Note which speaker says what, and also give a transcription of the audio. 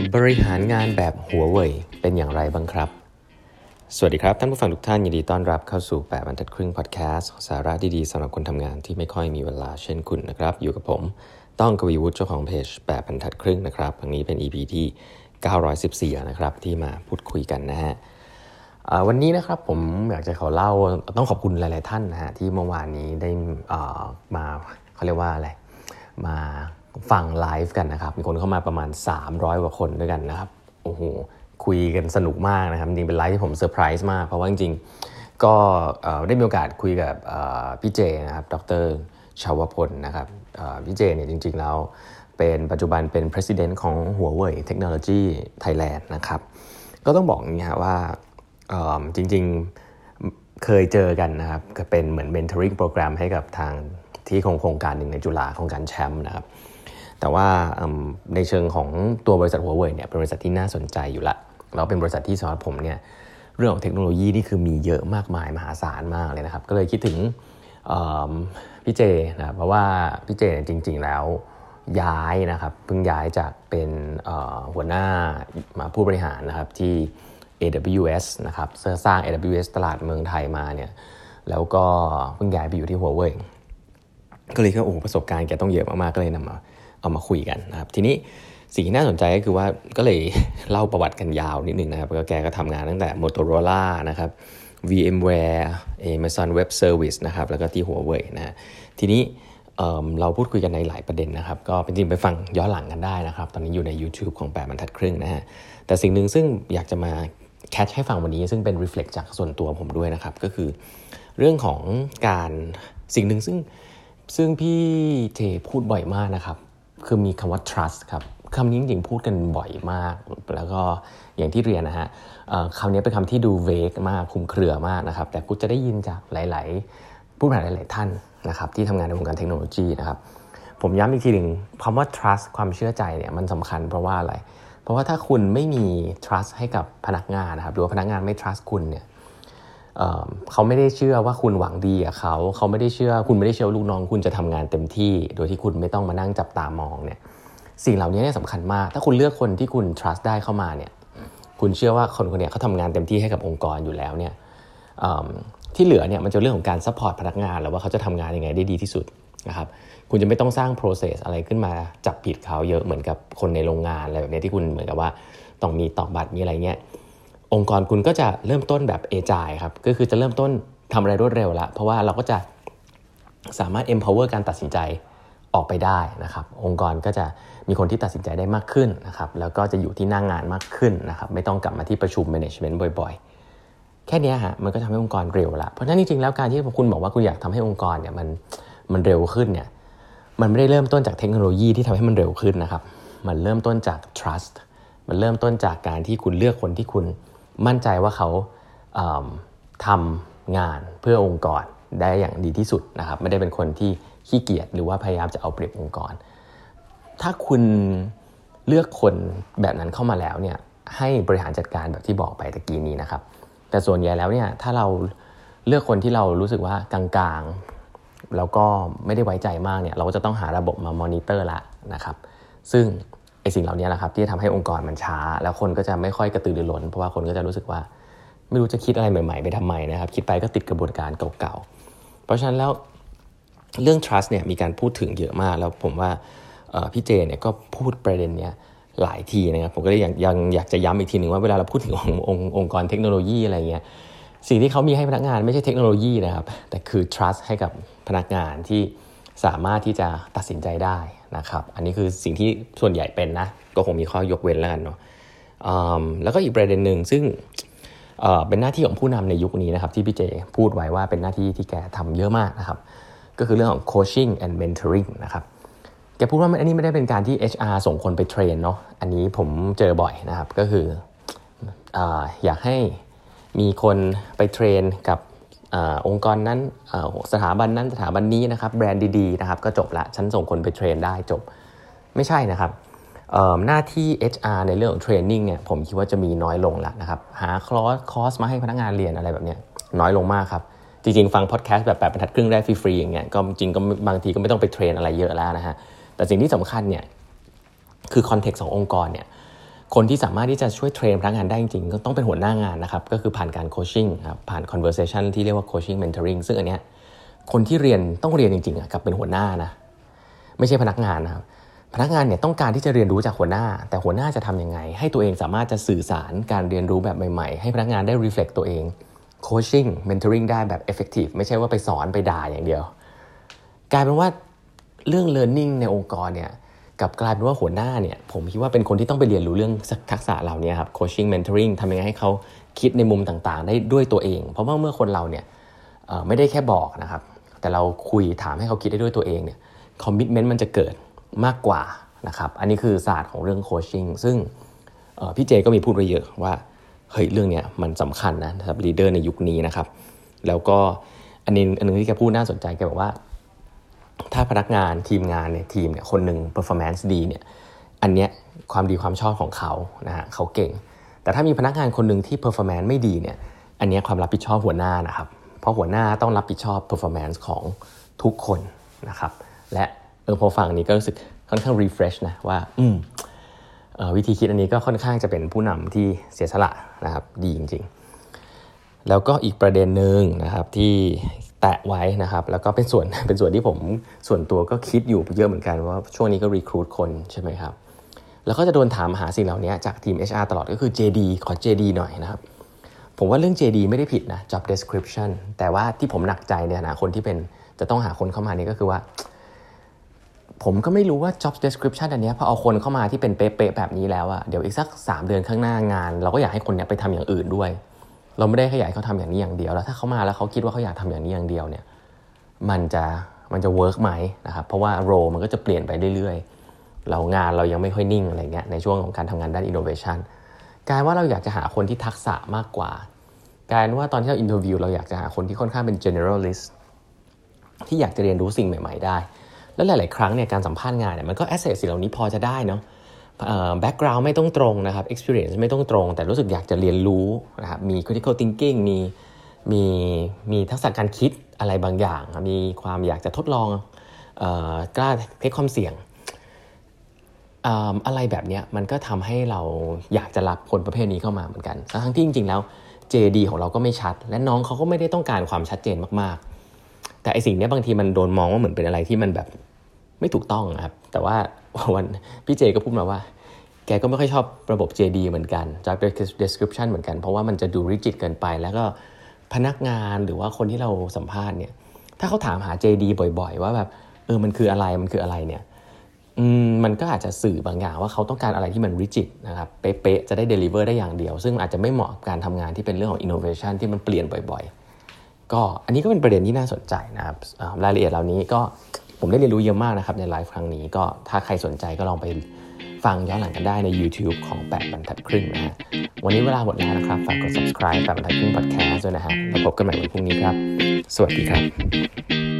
Speaker 1: บริหารงานแบบหัวเว่ยเป็นอย่างไรบ้างครับสวัสดีครับท่านผู้ฟังทุกท่านยินดีต้อนรับเข้าสู่8บรรทัดครึ่งพอดแคสต์สาระดีๆสำหรับคนทำงานที่ไม่ค่อยมีเวลาเช่นคุณนะครับอยู่กับผมต้องกวีวุฒิเจ้าของเพจ8บรรทัดครึ่งนะครับครั้งนี้เป็น EP ที่914นะครับที่มาพูดคุยกันนะฮะวันนี้นะครับผมอยากจะขอเล่าต้องขอบคุณหลายๆท่านนะฮะที่เมื่อวานนี้ได้มาเขาเรียกว่าอะไรมาฟังไลฟ์กันนะครับมีคนเข้ามาประมาณ300กว่าคนด้วยกันนะครับโอ้โหคุยกันสนุกมากนะครับจริงๆเป็นไลฟ์ที่ผมเซอร์ไพรส์มากเพราะว่าจริงๆก็ได้มีโอกาสคุยกับพี่เจนะครับดร.ชาวพลนะครับพี่เจเนี่ยจริงๆแล้วเป็นปัจจุบันเป็น President ของ Huawei Technology Thailand นะครับก็ต้องบอกอย่างนี้ว่าจริงๆเคยเจอกันนะครับก็เป็นเหมือน mentoring โปรแกรมให้กับทางที่โครงการหนึ่งในจุฬาโครงการแชมป์นะครับแต่ว่าในเชิงของตัวบริษัท Huawei เนี่ยเป็นบริษัทที่น่าสนใจอยู่ละแล้วเป็นบริษัทที่สำหรับผมเนี่ยเรื่องของเทคโนโลยีนี่คือมีเยอะมากมายมหาศาลมากเลยนะครับก็เลยคิดถึงพี่เจนะเพราะว่าพี่เจเนี่ยจริงๆแล้วย้ายนะครับเพิ่งย้ายจากเป็นหัวหน้ามาผู้บริหารนะครับที่ AWS นะครับสร้าง AWS ตลาดเมืองไทยมาเนี่ยแล้วก็เพิ่งย้ายไปอยู่ที่ Huawei ก็เลยคิดว่าโอ้ประสบการณ์แกต้องเยอะมากๆก็เลยเอามาคุยกันนะครับทีนี้สิ่งที่น่าสนใจก็คือว่าก็เลยเล่าประวัติกันยาวนิดนึงนะครับแกก็ทำงานตั้งแต่ Motorola นะครับ VMware Amazon Web Service นะครับแล้วก็ที่ Huawei นะทีนี้เราพูดคุยกันในหลายประเด็นนะครับก็เป็นจริงไปฟังย้อนหลังกันได้นะครับตอนนี้อยู่ใน YouTube ของ8บรรทัดครึ่งนะฮะแต่สิ่งนึงซึ่งอยากจะมาแคชให้ฟังวันนี้ซึ่งเป็น reflect จากส่วนตัวผมด้วยนะครับก็คือเรื่องของการสิ่งนึงซึ่งพี่เจพูดบ่อยมากนะครับคือมีคำว่า trust ครับคำนี้จริงๆพูดกันบ่อยมากแล้วก็อย่างที่เรียนนะฮะคำนี้เป็นคำที่ดู vague มากคลุมเครือมากนะครับแต่กูจะได้ยินจากหลายๆผู้บริหารหลายๆท่านนะครับที่ทำงานในวงการเทคโนโลยีนะครับผมย้ำอีกทีหนึ่งคำว่า trust ความเชื่อใจเนี่ยมันสำคัญเพราะว่าอะไรเพราะว่าถ้าคุณไม่มี trust ให้กับพนักงานนะครับหรือว่าพนักงานไม่ trust คุณเนี่ยเขาไม่ได้เชื่อว่าคุณหวังดีกับเขาไม่ได้เชื่อคุณไม่ได้เชื่อลูกน้องคุณจะทำงานเต็มที่โดยที่คุณไม่ต้องมานั่งจับตามองเนี่ยสิ่งเหล่านี้เนี่ยสำคัญมากถ้าคุณเลือกคนที่คุณ trust ได้เข้ามาเนี่ยคุณเชื่อว่าคนนี้เขาทำงานเต็มที่ให้กับองค์กรอยู่แล้วเนี่ยที่เหลือเนี่ยมันจะเรื่องของการ support พนักงานแล้วว่าเขาจะทำงานยังไงได้ดีที่สุดนะครับคุณจะไม่ต้องสร้าง process อะไรขึ้นมาจับผิดเขาเยอะเหมือนกับคนในโรงงานอะไรแบบนี้ที่คุณเหมือนกับว่าต้องมีตอกบัตรมีอะไรเงี้ยองค์กรคุณก็จะเริ่มต้นแบบ agile ครับก็คือจะเริ่มต้นทำอะไรรวดเร็วละเพราะว่าเราก็จะสามารถ empower การตัดสินใจออกไปได้นะครับองค์กรก็จะมีคนที่ตัดสินใจได้มากขึ้นนะครับแล้วก็จะอยู่ที่หน้างานมากขึ้นนะครับไม่ต้องกลับมาที่ประชุม management บ่อยๆแค่นี้ฮะมันก็ทำให้องค์กรเร็วละเพราะฉะนั้นจริงๆแล้วการที่คุณบอกว่าคุณอยากทำให้องค์กรเนี่ยมันเร็วขึ้นเนี่ยมันไม่ได้เริ่มต้นจากเทคโนโลยีที่ทำให้มันเร็วขึ้นนะครับมันเริ่มต้นจาก trust มันเริ่มต้นจากการที่คุณเลือกคนที่คุณมั่นใจว่าเขาทำงานเพื่อองค์กรได้อย่างดีที่สุดนะครับไม่ได้เป็นคนที่ขี้เกียจหรือว่าพยายามจะเอาเปรียบองค์กรถ้าคุณเลือกคนแบบนั้นเข้ามาแล้วเนี่ยให้บริหารจัดการแบบที่บอกไปตะกี้นี้นะครับแต่ส่วนใหญ่แล้วเนี่ยถ้าเราเลือกคนที่เรารู้สึกว่ากลางๆแล้วก็ไม่ได้ไว้ใจมากเนี่ยเราก็จะต้องหาระบบมามอนิเตอร์ละนะครับซึ่งไอ้สิ่งเหล่านี้แหละครับที่จะทำให้องค์กรมันช้าแล้วคนก็จะไม่ค่อยกระตือรือร้นเพราะว่าคนก็จะรู้สึกว่าไม่รู้จะคิดอะไรใหม่ๆไปทำไมนะครับคิดไปก็ติดกระบวนการเก่าๆเพราะฉะนั้นแล้วเรื่อง trust เนี่ยมีการพูดถึงเยอะมากแล้วผมว่าพี่เจเนี่ยก็พูดประเด็นเนี้ยหลายทีนะครับผมก็เลยยังอยากจะย้ำอีกทีนึงว่าเวลาเราพูดถึงองค์กรเทคโนโลยีอะไรเงี้ยสิ่งที่เขามีให้พนักงานไม่ใช่เทคโนโลยีนะครับแต่คือ trust ให้กับพนักงานที่สามารถที่จะตัดสินใจได้นะครับอันนี้คือสิ่งที่ส่วนใหญ่เป็นนะก็คงมีข้อยกเว้นแล้วกันเนาะแล้วก็อีกประเด็นหนึ่งซึ่งเป็นหน้าที่ของผู้นำในยุคนี้นะครับที่พี่เจพูดไว้ว่าเป็นหน้าที่ที่แกทำเยอะมากนะครับก็คือเรื่องของ coaching and mentoring นะครับแกพูดว่าอันนี้ไม่ได้เป็นการที่ HR ส่งคนไปเทรนเนาะอันนี้ผมเจอบ่อยนะครับก็คืออยากให้มีคนไปเทรนกับองค์กรนั้นสถาบันนั้นสถาบันนี้นะครับแบรนด์ดีๆนะครับก็จบละฉันส่งคนไปเทรนได้จบไม่ใช่นะครับหน้าที่ HR ในเรื่องของเทรนนิ่งเนี่ยผมคิดว่าจะมีน้อยลงแล้วนะครับหาคอร์สมาให้พนักงานเรียนอะไรแบบเนี้ยน้อยลงมากครับจริงๆฟังพอดแคสต์แบบ8บรรทัดครึ่งได้ฟรีๆอย่างเงี้ยก็จริงก็บางทีก็ไม่ต้องไปเทรนอะไรเยอะแล้วนะฮะแต่สิ่งที่สำคัญเนี่ยคือคอนเทกต์ขององค์กรเนี่ยคนที่สามารถที่จะช่วยเทรนพนักงานได้จริงๆก็ต้องเป็นหัวหน้างานนะครับก็คือผ่านการโคชชิ่งครับผ่าน conversation ที่เรียกว่า coaching mentoring ซึ่งอันเนี้ยคนที่เรียนต้องเรียนจริงๆกับเป็นหัวหน้านะไม่ใช่พนักงานนะครับพนักงานเนี่ยต้องการที่จะเรียนรู้จากหัวหน้าแต่หัวหน้าจะทำยังไงให้ตัวเองสามารถจะสื่อสารการเรียนรู้แบบใหม่ๆให้พนักงานได้ reflect ตัวเองโคชชิ่ง mentoring ได้แบบ effective ไม่ใช่ว่าไปสอนไปด่าอย่างเดียวกลายเป็นว่าเรื่อง learning ในองค์กรเนี่ยกับกลายเป็นว่าหัวหน้าเนี่ยผมคิดว่าเป็นคนที่ต้องไปเรียนรู้เรื่องทักษะเหล่านี้ครับ coaching mentoring ทำยังไงให้เขาคิดในมุมต่างๆได้ด้วยตัวเองเพราะว่าเมื่อคนเราเนี่ยไม่ได้แค่บอกนะครับแต่เราคุยถามให้เขาคิดได้ด้วยตัวเองเนี่ย commitment มันจะเกิดมากกว่านะครับอันนี้คือศาสตร์ของเรื่อง coaching ซึ่งพี่เจก็มีพูดไว้เยอะว่าเฮ้ยเรื่องเนี้ยมันสำคัญนะสำหรับ leader ในยุคนี้นะครับแล้วก็อันนึงที่แกพูดน่าสนใจแกบอกว่าถ้าพนักงานทีมงานในทีมเนี่ยคนหนึ่ง performance ดีเนี่ยอันเนี้ยความดีความชอบของเขานะฮะเขาเก่งแต่ถ้ามีพนักงานคนหนึ่งที่ performance ไม่ดีเนี่ยอันเนี้ยความรับผิดชอบหัวหน้านะครับเพราะหัวหน้าต้องรับผิดชอบ performance ของทุกคนนะครับและพอฟังนี้ก็รู้สึกค่อนข้าง refresh นะว่าวิธีคิดอันนี้ก็ค่อนข้างจะเป็นผู้นำที่เสียสละนะครับดีจริงๆแล้วก็อีกประเด็นนึงนะครับที่แตะไว้นะครับแล้วก็เป็นส่วนที่ผมส่วนตัวก็คิดอยู่เยอะเหมือนกันว่าช่วงนี้ก็ recruit คนใช่ไหมครับแล้วก็จะโดนถามหาสิ่งเหล่านี้จากทีม HR ตลอดก็คือ JD ขอ JD หน่อยนะครับผมว่าเรื่อง JD ไม่ได้ผิดนะ job description แต่ว่าที่ผมหนักใจเนี่ยนะคนที่เป็นจะต้องหาคนเข้ามานี่ก็คือว่าผมก็ไม่รู้ว่า job description อันนี้พอเอาคนเข้ามาที่เป็นเป๊ะๆแบบนี้แล้วอะเดี๋ยวอีกสัก3เดือนข้างหน้างานเราก็อยากให้คนเนี้ยไปทำอย่างอื่นด้วยเราไม่ได้ขยายเขาทำอย่างนี้อย่างเดียวแล้วถ้าเขามาแล้วเขาคิดว่าเขาอยากทำอย่างนี้อย่างเดียวเนี่ยมันจะ work ไหมนะครับเพราะว่า role มันก็จะเปลี่ยนไปเรื่อยๆเรางานเรายังไม่ค่อยนิ่งอะไรเงี้ยในช่วงของการทำงานด้าน innovation กลายว่าเราอยากจะหาคนที่ทักษะมากกว่ากลายว่าตอนที่เรา interview เราอยากจะหาคนที่ค่อนข้างเป็น generalist ที่อยากจะเรียนรู้สิ่งใหม่ๆได้แล้วหลายๆครั้งเนี่ยการสัมภาษณ์งานเนี่ยมันก็ assess สิ่งเหล่านี้พอจะได้เนาะbackground ไม่ต้องตรงนะครับ experience ไม่ต้องตรงแต่รู้สึกอยากจะเรียนรู้นะครับมี critical thinking มีทักษะการคิดอะไรบางอย่างมีความอยากจะทดลองกล้าเทคความเสี่ยงอะไรแบบนี้มันก็ทำให้เราอยากจะรับคนประเภทนี้เข้ามาเหมือนกันทั้งที่จริงๆแล้ว JD ของเราก็ไม่ชัดและน้องเขาก็ไม่ได้ต้องการความชัดเจนมากๆแต่ไอสิ่งนี้บางทีมันโดนมองว่าเหมือนเป็นอะไรที่มันแบบไม่ถูกต้องนะครับแต่ว่าวันพี่เจก็พูดมาว่าแกก็ไม่ค่อยชอบระบบ JD เหมือนกัน job description เหมือนกันเพราะว่ามันจะดู rigid เกินไปแล้วก็พนักงานหรือว่าคนที่เราสัมภาษณ์เนี่ยถ้าเขาถามหา JD บ่อยๆว่าแบบมันคืออะไรเนี่ยมันก็อาจจะสื่อบางอย่างว่าเขาต้องการอะไรที่มัน rigid นะครับเป๊ะๆจะได้ deliver ได้อย่างเดียวซึ่งอาจจะไม่เหมาะกับการทำงานที่เป็นเรื่องของ innovation ที่มันเปลี่ยนบ่อยๆก็อันนี้ก็เป็นประเด็นที่น่าสนใจนะครับรายละเอียดเหล่านี้ก็ผมได้เรียนรู้เยอะมากนะครับในไลฟ์ครั้งนี้ก็ถ้าใครสนใจก็ลองไปฟังย้อนหลังกันได้ใน YouTube ของ8บรรทัดครึ่งนะฮะวันนี้เวลาหมดแล้วนะครับฝากกด subscribe 8บรรทัดครึ่ง podcast ด้วยนะฮะแล้วพบกันใหม่วันพรุ่งนี้ครับสวัสดีครับ